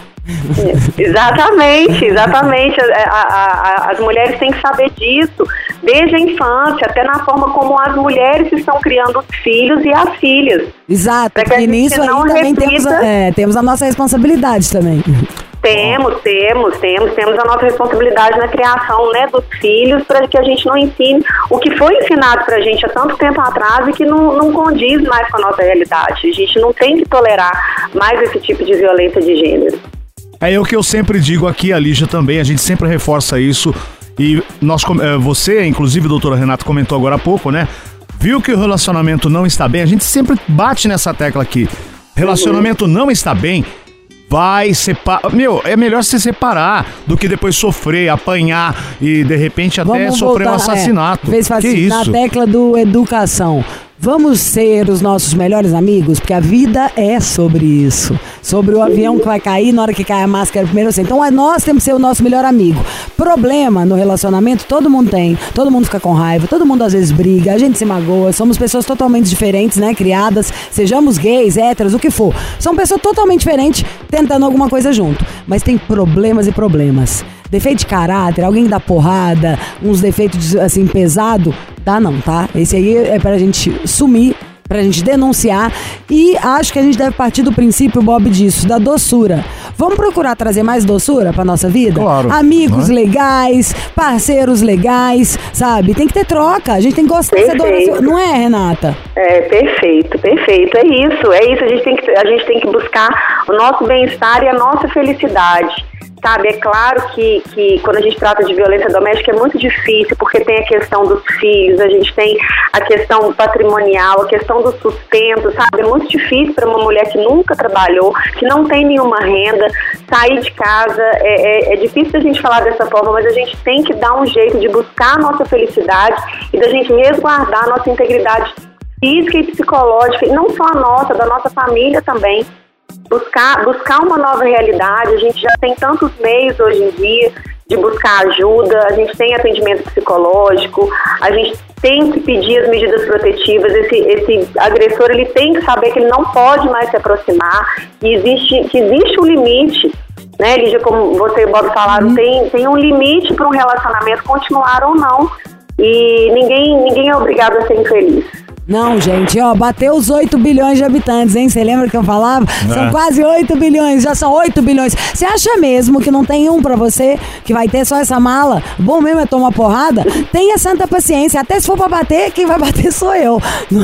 Exatamente, exatamente. A, a, a, as mulheres têm que saber disso desde a infância, até na forma como as mulheres estão criando os filhos e as filhas. Exato, porque nisso aí também repita... temos, a, é, temos a nossa responsabilidade também. Temos, temos, temos, temos a nossa responsabilidade na criação, né, dos filhos, para que a gente não ensine o que foi ensinado pra gente há tanto tempo atrás e que não, não condiz mais com a nossa realidade. A gente não tem que tolerar mais esse tipo de violência de gênero. É o que eu sempre digo aqui, a Lígia também, a gente sempre reforça isso. E nós, você, inclusive, a doutora Renata comentou agora há pouco, né? Viu que o relacionamento não está bem? A gente sempre bate nessa tecla aqui. Relacionamento uhum. não está bem, vai separar. Meu, é melhor se separar do que depois sofrer, apanhar e de repente até Vamos sofrer voltar, um assassinato. É, fez que isso? Na tecla do educação. Vamos ser os nossos melhores amigos, porque a vida é sobre isso. Sobre o avião que vai cair, na hora que cai a máscara primeiro assim. Então nós temos que ser o nosso melhor amigo. Problema no relacionamento, todo mundo tem. Todo mundo fica com raiva, todo mundo às vezes briga, a gente se magoa. Somos pessoas totalmente diferentes, né? Criadas, sejamos gays, héteros, o que for. São pessoas totalmente diferentes tentando alguma coisa junto. Mas tem problemas e problemas. Defeito de caráter, alguém dá porrada, uns defeitos assim pesado, dá não, tá? Esse aí é pra gente sumir, pra gente denunciar, e acho que a gente deve partir do princípio, Bob, disso, da doçura. Vamos procurar trazer mais doçura pra nossa vida? Claro. Amigos Não é? legais, parceiros legais, sabe? Tem que ter troca, a gente tem que gostar de ser doce. Não é, Renata? É, perfeito, perfeito. É isso, é isso. A gente tem que, a gente tem que buscar o nosso bem-estar e a nossa felicidade. Sabe, é claro que, que quando a gente trata de violência doméstica é muito difícil, porque tem a questão dos filhos, a gente tem a questão patrimonial, a questão do sustento, sabe? É muito difícil para uma mulher que nunca trabalhou, que não tem nenhuma renda, sair de casa. É, é, é difícil a gente falar dessa forma, mas a gente tem que dar um jeito de buscar a nossa felicidade e da gente resguardar a nossa integridade física e psicológica, e não só a nossa, da nossa família também. Buscar, buscar uma nova realidade. A gente já tem tantos meios hoje em dia de buscar ajuda, a gente tem atendimento psicológico, a gente tem que pedir as medidas protetivas. Esse, esse agressor, ele tem que saber que ele não pode mais se aproximar, que existe, que existe um limite, né, Lígia, como você e o Bob falaram, uhum. tem, tem um limite para um relacionamento continuar ou não, e ninguém, ninguém é obrigado a ser infeliz. Não, gente, ó, bateu os oito bilhões de habitantes, hein? Você lembra que eu falava? É. São quase oito bilhões, já são oito bilhões. Você acha mesmo que não tem um pra você, que vai ter só essa mala? Bom mesmo é tomar porrada? Tenha santa paciência, até se for pra bater, quem vai bater sou eu.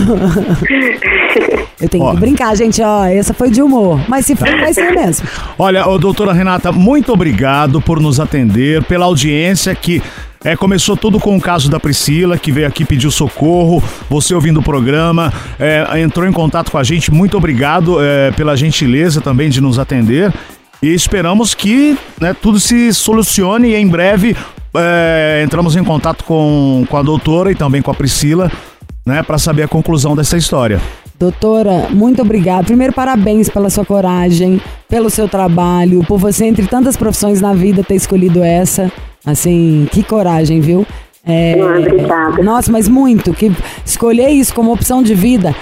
Eu tenho ó. que brincar, gente, ó, essa foi de humor, mas se for, vai ser mesmo. Olha, ô, doutora Renata, muito obrigado por nos atender, pela audiência que... É, começou tudo com o caso da Priscila, que veio aqui pedir socorro, você ouvindo o programa, é, entrou em contato com a gente, muito obrigado é, pela gentileza também de nos atender, e esperamos que, né, tudo se solucione e em breve é, entramos em contato com, com a doutora e também com a Priscila, né, para saber a conclusão dessa história. Doutora, muito obrigada. Primeiro, parabéns pela sua coragem, pelo seu trabalho, por você, entre tantas profissões na vida, ter escolhido essa. Assim, que coragem, viu? É, obrigada. Nossa, mas muito. Que escolher isso como opção de vida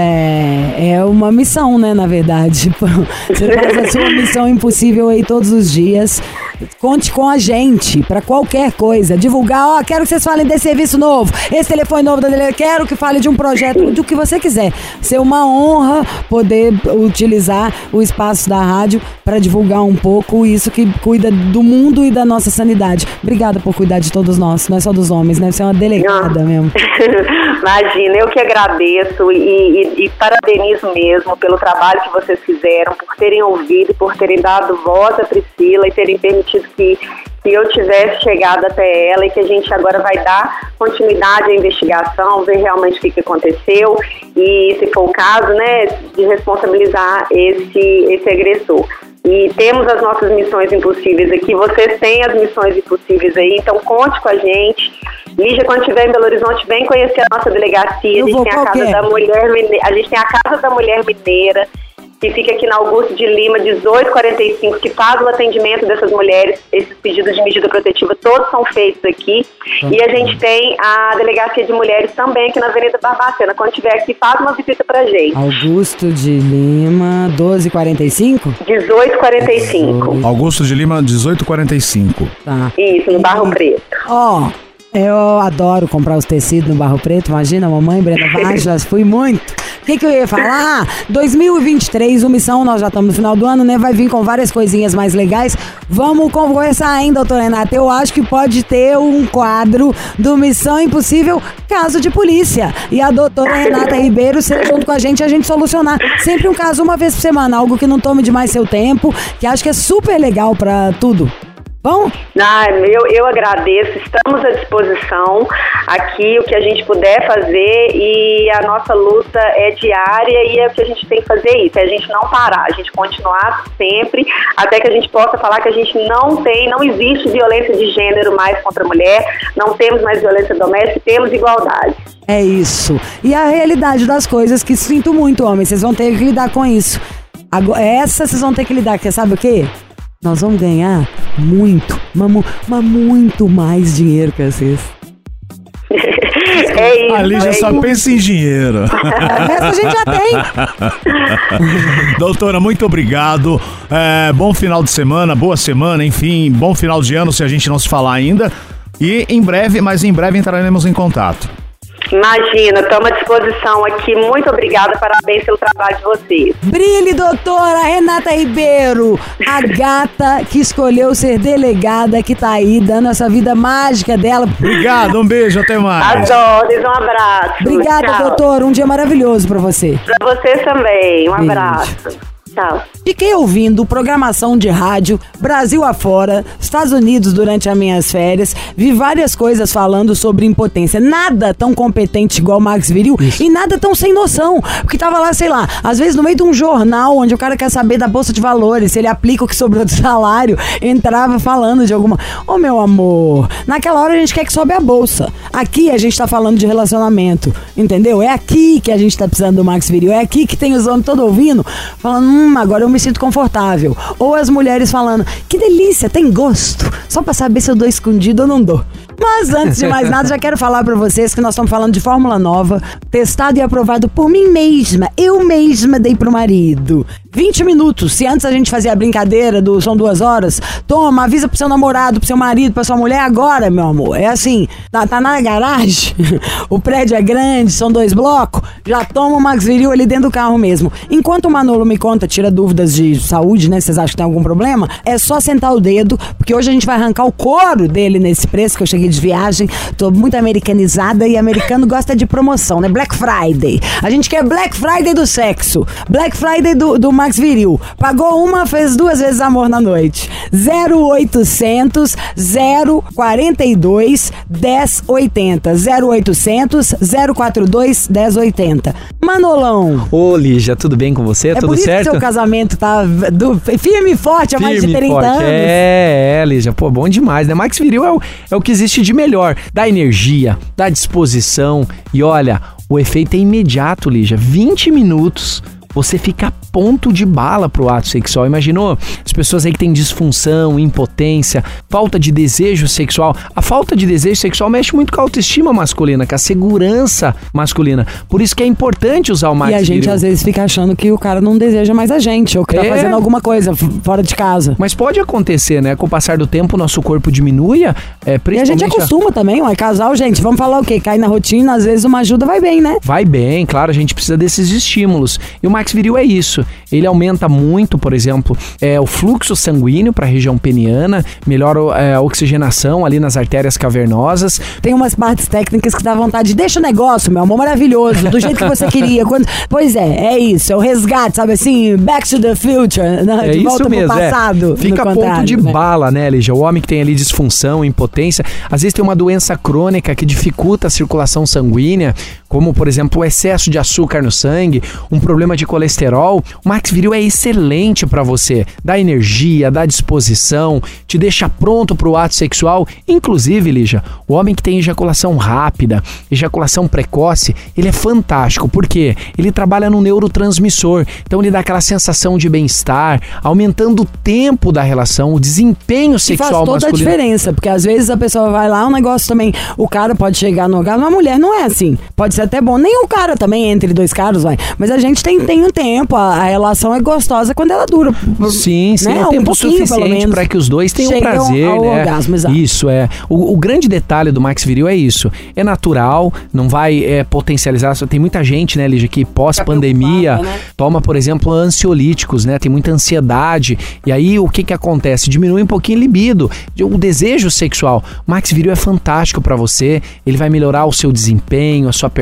é, é uma missão, né, na verdade. Você faz a sua missão impossível aí todos os dias. Conte com a gente para qualquer coisa. Divulgar, ó, quero que vocês falem desse serviço novo, esse telefone novo da delegacia, quero que fale de um projeto, do que você quiser. Ser uma honra poder utilizar o espaço da rádio para divulgar um pouco isso que cuida do mundo e da nossa sanidade. Obrigada por cuidar de todos nós, não é só dos homens, né? Você é uma delegada mesmo. Imagina, eu que agradeço e, e, e parabenizo mesmo pelo trabalho que vocês fizeram, por terem ouvido e por terem dado voz à Priscila e terem permitido que, que eu tivesse chegado até ela, e que a gente agora vai dar continuidade à investigação, ver realmente o que, que aconteceu e, se for o caso, né, de responsabilizar esse, esse agressor. E temos as nossas missões impossíveis aqui, vocês têm as missões impossíveis aí, então conte com a gente. Lígia, quando estiver em Belo Horizonte, vem conhecer a nossa delegacia. A gente, tem a, casa da mulher Mineira, a gente tem a Casa da Mulher Mineira, que fica aqui na Augusto de Lima, dezoito quarenta e cinco, que faz o atendimento dessas mulheres. Esses pedidos de medida protetiva todos são feitos aqui. Uhum. E a gente tem a Delegacia de Mulheres também aqui na Avenida Barbacena. Quando estiver aqui, faz uma visita pra gente. Augusto de Lima, doze quarenta e cinco? dezoito quarenta e cinco. Augusto de Lima, dezoito quarenta e cinco. Tá. Isso, no Barro Preto. Ó... Oh. Eu adoro comprar os tecidos no Barro Preto, imagina, mamãe, Brenda Vaz, já fui muito. O que, que eu ia falar? dois mil e vinte e três, o Missão, nós já estamos no final do ano, né? Vai vir com várias coisinhas mais legais. Vamos conversar, hein, doutora Renata? Eu acho que pode ter um quadro do Missão Impossível, caso de polícia. E a doutora Renata Ribeiro ser junto com a gente, a gente solucionar. Sempre um caso uma vez por semana, algo que não tome demais seu tempo, que acho que é super legal pra tudo. Bom? Ah, eu, eu agradeço, estamos à disposição aqui, o que a gente puder fazer, e a nossa luta é diária e é o que a gente tem que fazer isso, é a gente não parar, a gente continuar sempre, até que a gente possa falar que a gente não tem, não existe violência de gênero mais contra a mulher, não temos mais violência doméstica, temos igualdade. É isso. E a realidade das coisas, que sinto muito, homem, vocês vão ter que lidar com isso. Agora, essa vocês vão ter que lidar, que sabe o quê? Nós vamos ganhar muito, mas, mas muito mais dinheiro que vocês. É isso. A Lígia é só isso. pensa em dinheiro. O resto a gente já tem. Doutora, muito obrigado. É, bom final de semana, boa semana, enfim, bom final de ano se a gente não se falar ainda. E em breve, mas em breve entraremos em contato. Imagina, estamos à disposição aqui. Muito obrigada, parabéns pelo trabalho de vocês. Brilhe, doutora Renata Ribeiro, a gata que escolheu ser delegada, que tá aí dando essa vida mágica dela. Obrigado, um beijo, até mais. Adoro, um abraço. Obrigada, Tchau. doutora, um dia maravilhoso pra você. Pra você também, um Beijo. abraço. Tchau. Fiquei ouvindo programação de rádio Brasil afora, Estados Unidos durante as minhas férias, vi várias coisas falando sobre impotência, nada tão competente igual o Max Viril. Isso. E nada tão sem noção, porque tava lá, sei lá, às vezes no meio de um jornal onde o cara quer saber da bolsa de valores, se ele aplica o que sobrou do salário, entrava falando de alguma... Ô, meu amor, naquela hora a gente quer que sobe a bolsa, aqui a gente tá falando de relacionamento, entendeu? É aqui que a gente tá precisando do Max Viril, é aqui que tem os homens todos ouvindo, falando, hum, agora eu me sinto confortável. Ou as mulheres falando, que delícia, tem gosto. Só pra saber se eu dou escondido ou não dou. Mas antes de mais nada, já quero falar pra vocês que nós estamos falando de fórmula nova, testado e aprovado por mim mesma. Eu mesma dei pro marido. vinte minutos. Se antes a gente fazia a brincadeira do são duas horas, toma, avisa pro seu namorado, pro seu marido, pra sua mulher agora, meu amor. É assim, tá, tá na garagem, o prédio é grande, são dois blocos, já toma o Max Viril ali dentro do carro mesmo. Enquanto o Manolo me conta, tira dúvidas de saúde, né? Vocês acham que tem algum problema? É só sentar o dedo, porque hoje a gente vai arrancar o couro dele nesse preço, que eu cheguei de viagem, tô muito americanizada e americano gosta de promoção, né? Black Friday. A gente quer Black Friday do sexo, Black Friday do, do Max Viril. Pagou uma, fez duas vezes amor na noite. zero oitocentos, zero quarenta e dois, dez oitenta. zero oitocentos, zero quarenta e dois, dez oitenta. Manolão. Ô, Lígia, tudo bem com você? É tudo por isso certo? que seu casamento tá do, firme e forte há mais de trinta forte. anos. É, é, Lígia, pô, bom demais, né? Max Viril é o, é o que existe de melhor. Dá energia, dá disposição e olha, o efeito é imediato, Lígia. vinte minutos, você fica a ponto de bala pro ato sexual. Imaginou? As pessoas aí que têm disfunção, impotência, falta de desejo sexual. A falta de desejo sexual mexe muito com a autoestima masculina, com a segurança masculina. Por isso que é importante usar o Max Viril. E a gente às vezes fica achando que o cara não deseja mais a gente, ou que tá É. fazendo alguma coisa f- fora de casa. Mas pode acontecer, né? Com o passar do tempo, o nosso corpo diminui. É, E a gente principalmente acostuma também, ué, casal, gente, vamos falar o quê? Cai na rotina, às vezes uma ajuda vai bem, né? Vai bem, claro, a gente precisa desses estímulos. E o Max Viril é isso. Ele aumenta muito, por exemplo, é, o fluxo sanguíneo para a região peniana, melhora é, a oxigenação ali nas artérias cavernosas. Tem umas partes técnicas que dá vontade de deixa o negócio, meu amor, maravilhoso, do jeito que você queria. Quando... Pois é, é isso, é o resgate, sabe assim, back to the future, né? É De volta isso mesmo, pro passado. é. Fica a no ponto contrário, de né? bala, né, Lígia? O homem que tem ali disfunção, impotência, às vezes tem uma doença crônica que dificulta a circulação sanguínea, como, por exemplo, o excesso de açúcar no sangue, um problema de colesterol. O Max Viril é excelente para você. Dá energia, dá disposição, te deixa pronto pro ato sexual. Inclusive, Lígia, o homem que tem ejaculação rápida, ejaculação precoce, ele é fantástico. Por quê? Ele trabalha no neurotransmissor. Então ele dá aquela sensação de bem-estar, aumentando o tempo da relação, o desempenho E sexual faz toda masculino. a diferença, porque às vezes a pessoa vai lá, um negócio também, o cara pode chegar no orgasmo, a mulher não é assim. Pode ser até bom, nem o cara também, entre dois caras, vai. Mas a gente tem, tem um tempo, a, a relação é gostosa quando ela dura. Sim, sim, né? é um Um tempo pouquinho, pelo suficiente menos. para que os dois tenham Chegam prazer, ao né? orgasmo, exato. Isso é. O, o grande detalhe do Max Viril é isso. É natural, não vai é, potencializar. Tem muita gente, né, Lígia, que pós-pandemia preocupada, né? toma, por exemplo, ansiolíticos, né? Tem muita ansiedade. E aí o que que acontece? Diminui um pouquinho o libido, o desejo sexual. O Max Viril é fantástico para você. Ele vai melhorar o seu desempenho, a sua performance.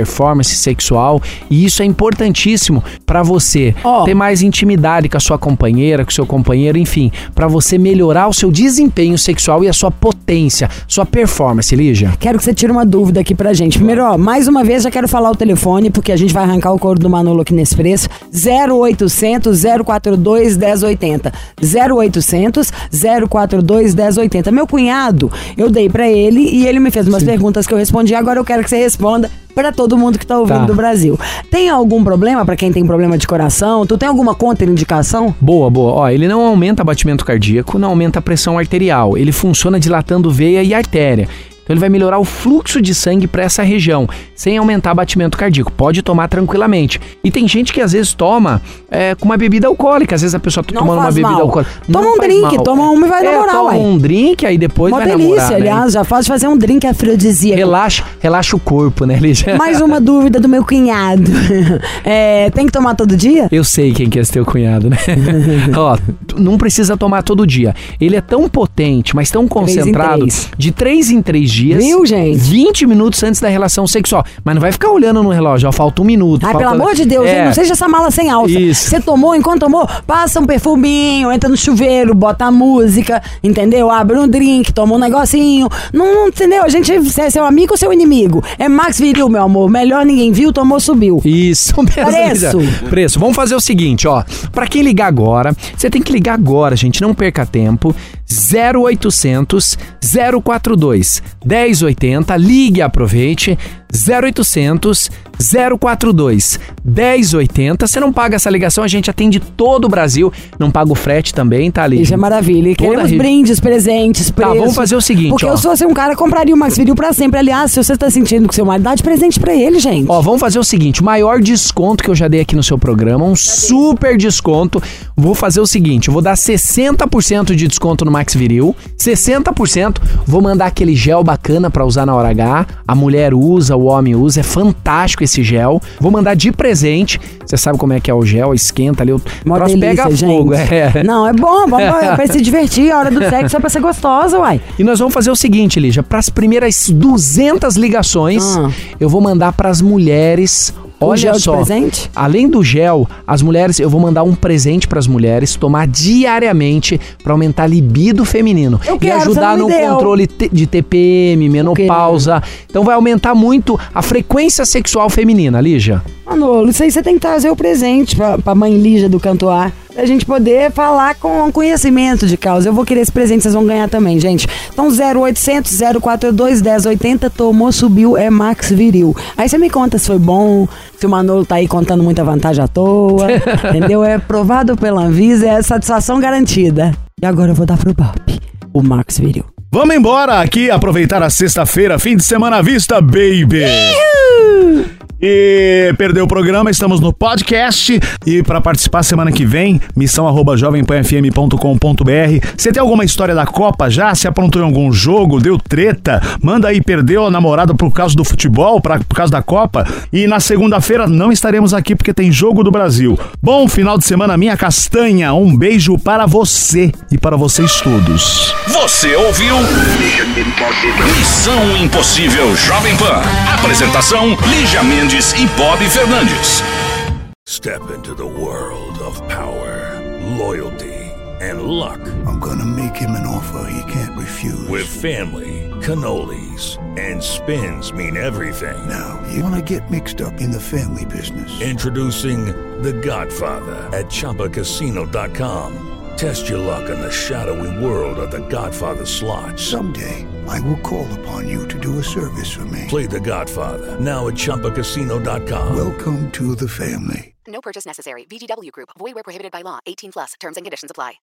performance sexual, e isso é importantíssimo para você Ó. ter mais intimidade com a sua companheira, com o seu companheiro, enfim, para você melhorar o seu desempenho sexual e a sua potência, sua performance, Lígia. Quero que você tire uma dúvida aqui pra gente. Primeiro, ó, mais uma vez já quero falar o telefone, porque a gente vai arrancar o couro do Manolo aqui nesse preço. zero oitocentos, zero quatro dois, um zero oito zero. zero oitocentos, zero quatro dois, um zero oito zero. Meu cunhado, eu dei pra ele e ele me fez umas Sim. perguntas que eu respondi. Agora eu quero que você responda pra todo mundo que tá ouvindo Tá. do Brasil. Tem algum problema pra quem tem problema de coração? Tu tem alguma contraindicação? Boa, boa. Ó, ele não aumenta batimento cardíaco, não aumenta a pressão arterial. Ele funciona dilatando veia e artéria. Então ele vai melhorar o fluxo de sangue para essa região, sem aumentar batimento cardíaco. Pode tomar tranquilamente. E tem gente que às vezes toma é, com uma bebida alcoólica. Às vezes a pessoa tá Não tomando uma faz bebida mal. alcoólica. Toma Não um faz drink, mal. toma uma e vai é, namorar, toma ué. um drink, aí depois Uma vai delícia, namorar, né? aliás, já faz fazer um drink afrodisíaco. Relaxa, relaxa o corpo, né, Lígia? Mais uma dúvida do meu cunhado. É, tem que tomar todo dia? Eu sei quem que é esse teu cunhado, né? Ó, tu não precisa tomar todo dia. Ele é tão potente, mas tão concentrado, três. de três em três dias. Viu, gente? vinte minutos antes da relação sexual. Mas não vai ficar olhando no relógio, ó, falta um minuto. Ai, falta... pelo amor de Deus, é. hein? Não seja essa mala sem alça. Isso. Você tomou, enquanto tomou, passa um perfuminho, entra no chuveiro, bota a música, entendeu? Abre um drink, toma um negocinho. Não, não entendeu? A gente é seu amigo ou seu inimigo? É Max Viril, meu amor. Melhor ninguém viu, tomou, subiu. Isso mesmo. Preço. Lígia. Preço. Vamos fazer o seguinte, ó. Pra quem ligar agora, você tem que ligar agora, gente. Não perca tempo. zero oitocentos, zero quatro dois, um zero oito zero. Ligue e aproveite. zero oitocentos, zero quatro dois, um zero oito zero. Você não paga essa ligação, a gente atende todo o Brasil. Não paga o frete também, tá, Lígia? Isso é maravilha. E Toda queremos re- brindes, presentes, Tá, preço. vamos fazer o seguinte, Porque ó. eu, se fosse um cara, compraria o Max Viril pra sempre. Aliás, se você tá sentindo que seu marido, dá de presente pra ele, gente. Ó, vamos fazer o seguinte, o maior desconto que eu já dei aqui no seu programa, um super desconto. Vou fazer o seguinte, eu vou dar sessenta por cento de desconto no Max Viril, sessenta por cento, vou mandar aquele gel bacana pra usar na hora H, a mulher usa, o homem usa, é fantástico esse gel. Vou mandar de presente, você sabe como é que é o gel, esquenta ali, o Uma troço delícia, pega gente. fogo. É. Não, é bom, vamos é pra se divertir. A hora do sexo é pra ser gostosa, uai. E nós vamos fazer o seguinte, Lígia, pras primeiras duzentas ligações, Ah. eu vou mandar pras mulheres. O Olha gel de só, presente? além do gel, as mulheres, eu vou mandar um presente pras mulheres tomar diariamente pra aumentar a libido feminino Eu e quero, ajudar você não no me deu. controle te- de T P M, menopausa. Então vai aumentar muito a frequência sexual feminina, Lígia. Manolo, isso aí você tem que trazer o presente pra, pra mãe Lígia do Canto A. Pra gente poder falar com conhecimento de causa. Eu vou querer esse presente, vocês vão ganhar também, gente. Então zero oitocentos, zero quatro dois, um zero oito zero, tomou, subiu, é Max Viril. Aí você me conta se foi bom, se o Manolo tá aí contando muita vantagem à toa, entendeu? É aprovado pela Anvisa, é satisfação garantida. E agora eu vou dar pro Bob, o Max Viril. Vamos embora aqui, aproveitar a sexta-feira, fim de semana à vista, baby! E perdeu o programa, estamos no podcast. E para participar semana que vem, missão arroba jovem pan f m ponto com ponto b r. Você tem alguma história da Copa já? Se aprontou em algum jogo? Deu treta? Manda aí, perdeu a namorada por causa do futebol, pra, por causa da Copa? E na segunda-feira não estaremos aqui porque tem Jogo do Brasil. Bom final de semana, minha castanha. Um beijo para você e para vocês todos. Você ouviu Missão Impossível Jovem Pan. Apresentação Lígia Mendes e Bob Fernandes. Step into the world of power, loyalty, and luck. I'm gonna make him an offer he can't refuse. With family, cannolis, and spins mean everything. Now, you wanna get mixed up in the family business. Introducing The Godfather at Chumba Casino dot com. Test your luck in the shadowy world of The Godfather slot. Someday, I will call upon you to do a service for me. Play The Godfather now at Chumba Casino dot com. Welcome to the family. No purchase necessary. V G W Group. Void where prohibited by law. eighteen plus. Terms and conditions apply.